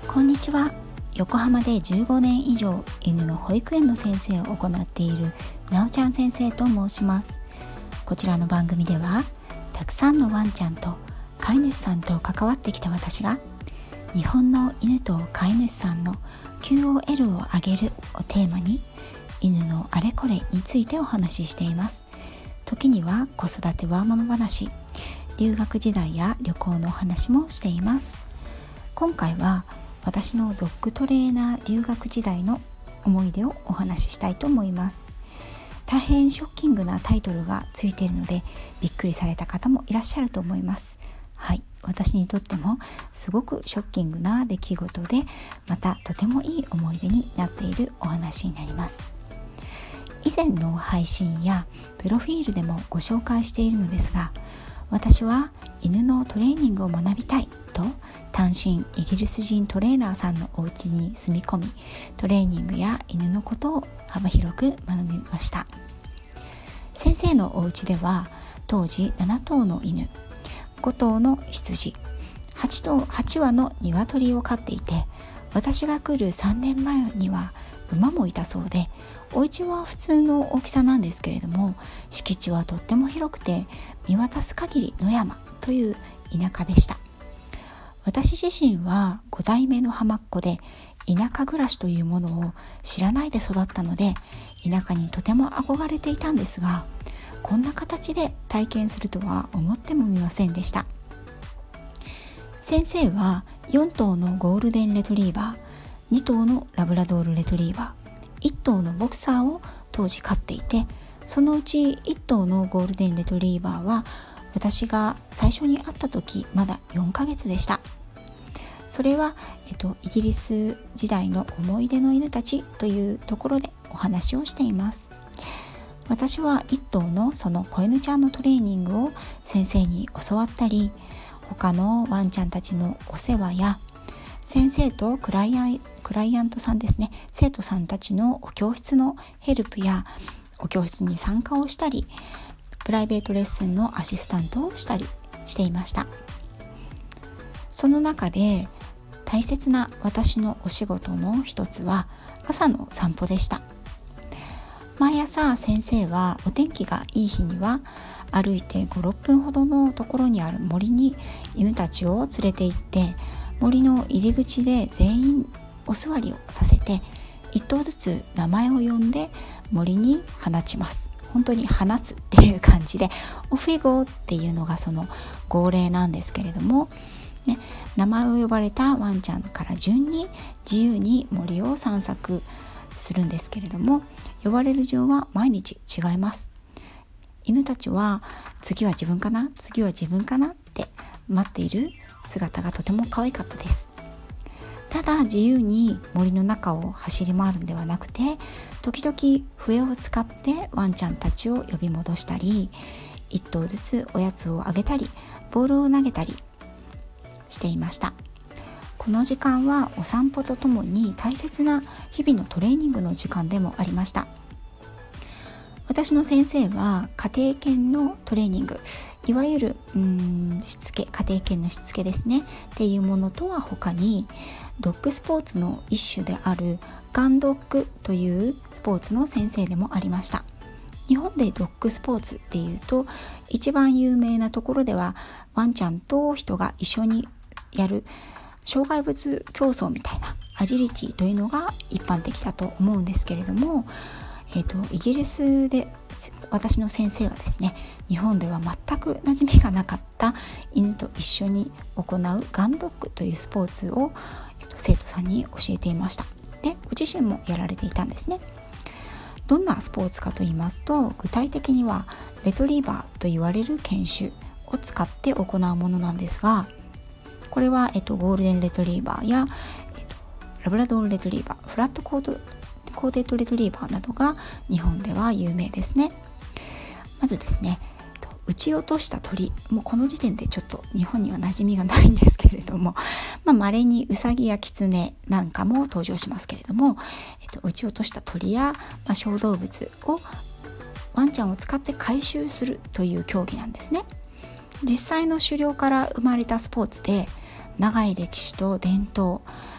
こんにちは。横浜で15年以上犬の保育園の先生を行っているなおちゃん先生と申します。こちらの番組ではたくさんのワンちゃんと飼い主さんと関わってきた私が日本の犬と飼い主さんの QOL を上げるをテーマに犬のあれこれについてお話ししています。時には子育てワーママ話、留学時代や旅行のお話もしています。今回は私のドッグトレーナー留学時代の思い出をお話ししたいと思います。大変ショッキングなタイトルがついているのでびっくりされた方もいらっしゃると思います。はい、私にとってもすごくショッキングな出来事で、またとてもいい思い出になっているお話になります。以前の配信やプロフィールでもご紹介しているのですが、私は犬のトレーニングを学びたいと単身イギリス人トレーナーさんのお家に住み込み、トレーニングや犬のことを幅広く学びました。先生のお家では当時7頭の犬、5頭の羊、8羽の鶏を飼っていて、私が来る3年前には馬もいたそうで、お家は普通の大きさなんですけれども、敷地はとっても広くて見渡す限り野山という田舎でした。私自身は5代目の浜っ子で、田舎暮らしというものを知らないで育ったので、田舎にとても憧れていたんですが、こんな形で体験するとは思ってもみませんでした。先生は4頭のゴールデンレトリーバー、2頭のラブラドールレトリーバー、1頭のボクサーを当時飼っていて、そのうち1頭のゴールデンレトリーバーは私が最初に会った時まだ4ヶ月でした。それは、イギリス時代の思い出の犬たちというところでお話をしています。私は1頭のその子犬ちゃんのトレーニングを先生に教わったり、他のワンちゃんたちのお世話や、先生とクライアントさんですね、生徒さんたちのお教室のヘルプやお教室に参加をしたり、プライベートレッスンのアシスタントをしたりしていました。その中で大切な私のお仕事の一つは朝の散歩でした。毎朝先生はお天気がいい日には歩いて5、6分ほどのところにある森に犬たちを連れて行って、森の入り口で全員お座りをさせて、1頭ずつ名前を呼んで森に放ちます。本当に放つっていう感じで、オフィゴーっていうのがその号令なんですけれども、名前を呼ばれたワンちゃんから順に自由に森を散策するんですけれども、呼ばれる順は毎日違います。犬たちは次は自分かな、次は自分かなって待っている姿がとても可愛かったです。ただ自由に森の中を走り回るんではなくて、時々笛を使ってワンちゃんたちを呼び戻したり、1頭ずつおやつをあげたり、ボールを投げたりしていました。この時間はお散歩とともに大切な日々のトレーニングの時間でもありました。私の先生は家庭犬のトレーニング、いわゆるしつけ、家庭犬のしつけですねっていうものとは他に、ドッグスポーツの一種であるガンドッグというスポーツの先生でもありました。日本でドッグスポーツっていうと一番有名なところでは、ワンちゃんと人が一緒にやる障害物競争みたいなアジリティというのが一般的だと思うんですけれども、イギリスで私の先生はですね、日本では全く馴染みがなかった犬と一緒に行うガンドッグというスポーツを、生徒さんに教えていました。で、ご自身もやられていたんですね。どんなスポーツかと言いますと、具体的にはレトリーバーと言われる犬種を使って行うものなんですが、これは、ゴールデンレトリーバーや、ラブラドールレトリーバー、フラットコーデットレトリーバーなどが日本では有名ですね。まずですね、撃ち落とした鳥、もうこの時点でちょっと日本には馴染みがないんですけれども、稀にウサギやキツネなんかも登場しますけれども、撃ち落とした鳥や、小動物をワンちゃんを使って回収するという競技なんですね。実際の狩猟から生まれたスポーツで、長い歴史と伝統、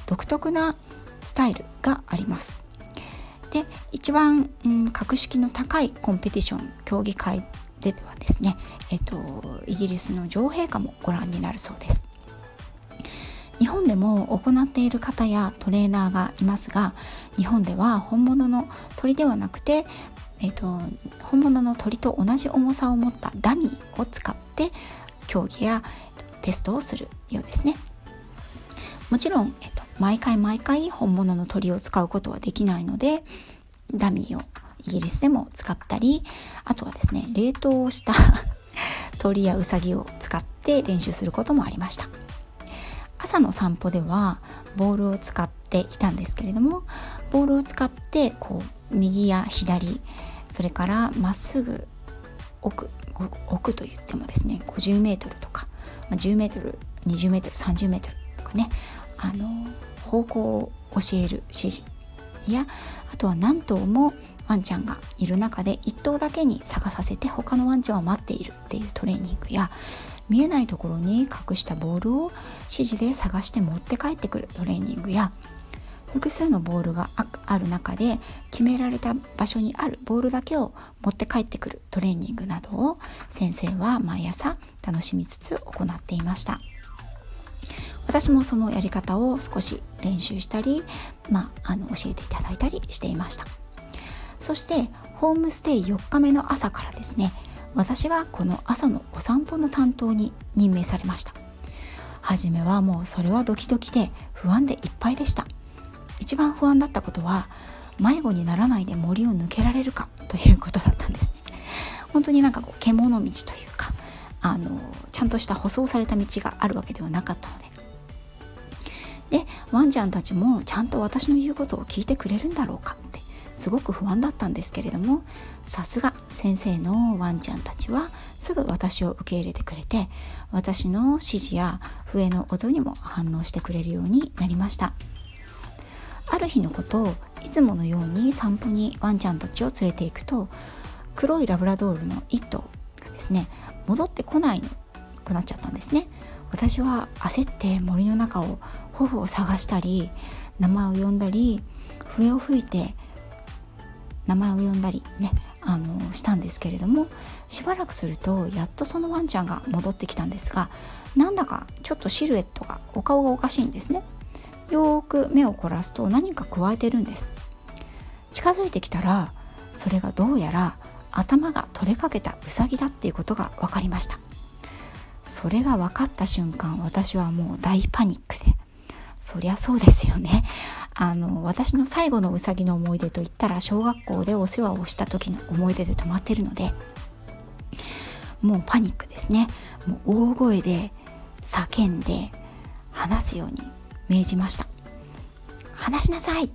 独特なスタイルがあります。で、一番、格式の高いコンペティション競技会ではですね、イギリスの女王陛下もご覧になるそうです。日本でも行っている方やトレーナーがいますが、日本では本物の鳥ではなくて、本物の鳥と同じ重さを持ったダミーを使って競技やテストをするようですね。もちろん、毎回本物の鳥を使うことはできないので、ダミーをイギリスでも使ったり、あとはですね、冷凍をした鳥やウサギを使って練習することもありました。朝の散歩ではボールを使っていたんですけれども、ボールを使って右や左、それからまっすぐ奥と言ってもですね、50メートルとか10メートル、20メートル、30メートルとかね、方向を教える指示や、あとは何頭もワンちゃんがいる中で1頭だけに探させて他のワンちゃんを待っているっていうトレーニングや、見えないところに隠したボールを指示で探して持って帰ってくるトレーニングや、複数のボールがある中で決められた場所にあるボールだけを持って帰ってくるトレーニングなどを先生は毎朝楽しみつつ行っていました。私もそのやり方を少し練習したり、教えていただいたりしていました。そしてホームステイ4日目の朝からですね、私がこの朝のお散歩の担当に任命されました。はじめはもうそれはドキドキで不安でいっぱいでした。一番不安だったことは、迷子にならないで森を抜けられるかということだったんですね。本当に獣道というか、ちゃんとした舗装された道があるわけではなかったので、ワンちゃんたちもちゃんと私の言うことを聞いてくれるんだろうかってすごく不安だったんですけれども、さすが先生のワンちゃんたちはすぐ私を受け入れてくれて、私の指示や笛の音にも反応してくれるようになりました。ある日のこと、いつものように散歩にワンちゃんたちを連れて行くと、黒いラブラドールの1頭がですね、戻ってこないくなっちゃったんですね。私は焦って森の中をホフを探したり、名前を呼んだり、笛を吹いて名前を呼んだりね、したんですけれども、しばらくするとやっとそのワンちゃんが戻ってきたんですが、なんだかちょっとシルエットが、お顔がおかしいんですね。よーく目を凝らすと何か加えてるんです。近づいてきたら、それがどうやら頭が取れかけたウサギだっていうことが分かりました。それが分かった瞬間、私はもう大パニックで、そりゃそうですよね。私の最後のウサギの思い出といったら、小学校でお世話をした時の思い出で止まってるので、もうパニックですね。もう大声で叫んで話すように命じました。話しなさいって、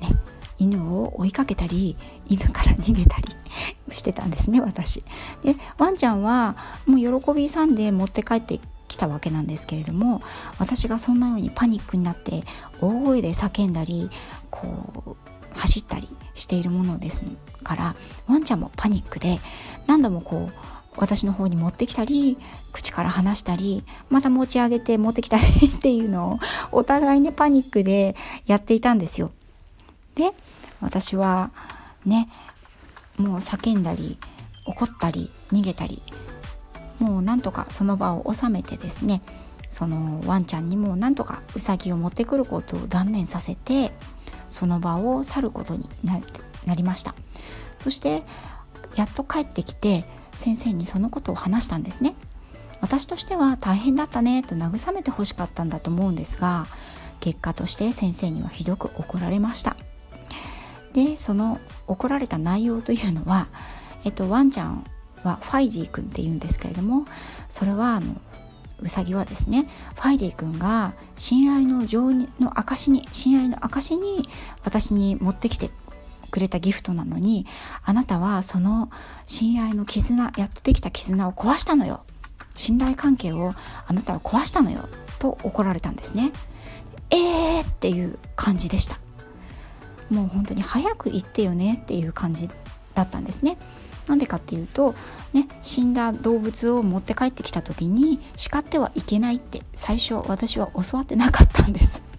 ね、犬を追いかけたり、犬から逃げたりしてたんですね、私で。ワンちゃんはもう喜びさんで持って帰ってきたわけなんですけれども、私がそんなようにパニックになって大声で叫んだり走ったりしているものですから、ワンちゃんもパニックで何度も私の方に持ってきたり、口から離したり、また持ち上げて持ってきたりっていうのをお互いね、パニックでやっていたんですよ。で、私はね、もう叫んだり怒ったり逃げたり、もうなんとかその場を収めてですね、そのワンちゃんにもなんとかウサギを持ってくることを断念させて、その場を去ることになりました。そしてやっと帰ってきて先生にそのことを話したんですね。私としては大変だったねと慰めてほしかったんだと思うんですが、結果として先生にはひどく怒られました。で、その怒られた内容というのは、ワンちゃんはファイディ君っていうんですけれども、それはウサギはですね、ファイディ君が親愛の証に私に持ってきてくれたギフトなのに、あなたはその親愛の絆、やっとできた絆を壊したのよ、信頼関係をあなたは壊したのよと怒られたんですね。っていう感じでした。もう本当に早く言ってよねっていう感じだったんですね。なんでかっていうとね、死んだ動物を持って帰ってきた時に叱ってはいけないって最初私は教わってなかったんです。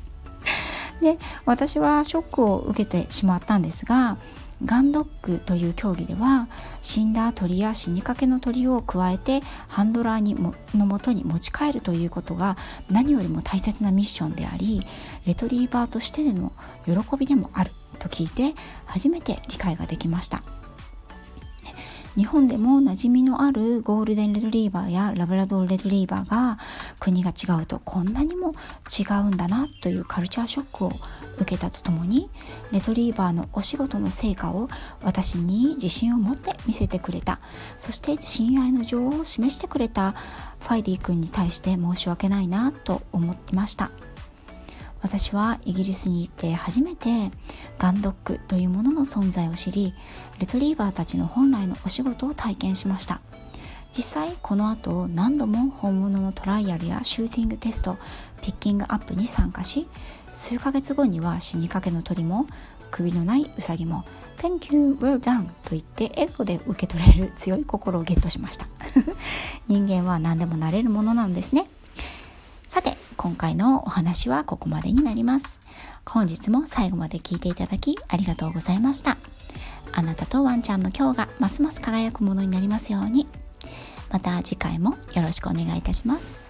で、私はショックを受けてしまったんですが、ガンドッグという競技では死んだ鳥や死にかけの鳥を加えてハンドラーの元に持ち帰るということが何よりも大切なミッションであり、レトリーバーとしてでの喜びでもあると聞いて初めて理解ができました。日本でも馴染みのあるゴールデンレトリーバーやラブラドールレトリーバーが国が違うとこんなにも違うんだなというカルチャーショックを受けたとともに、レトリーバーのお仕事の成果を私に自信を持って見せてくれた、そして親愛の情を示してくれたファイディ君に対して申し訳ないなと思いました。私はイギリスに行って初めてガンドッグというものの存在を知り、レトリーバーたちの本来のお仕事を体験しました。実際この後何度も本物のトライアルやシューティングテスト、ピッキングアップに参加し、数ヶ月後には死にかけの鳥も首のないウサギも Thank you, well done と言ってエゴで受け取れる強い心をゲットしました人間は何でもなれるものなんですね。さて、今回のお話はここまでになります。本日も最後まで聞いていただきありがとうございました。あなたとワンちゃんの今日がますます輝くものになりますように。また次回もよろしくお願いいたします。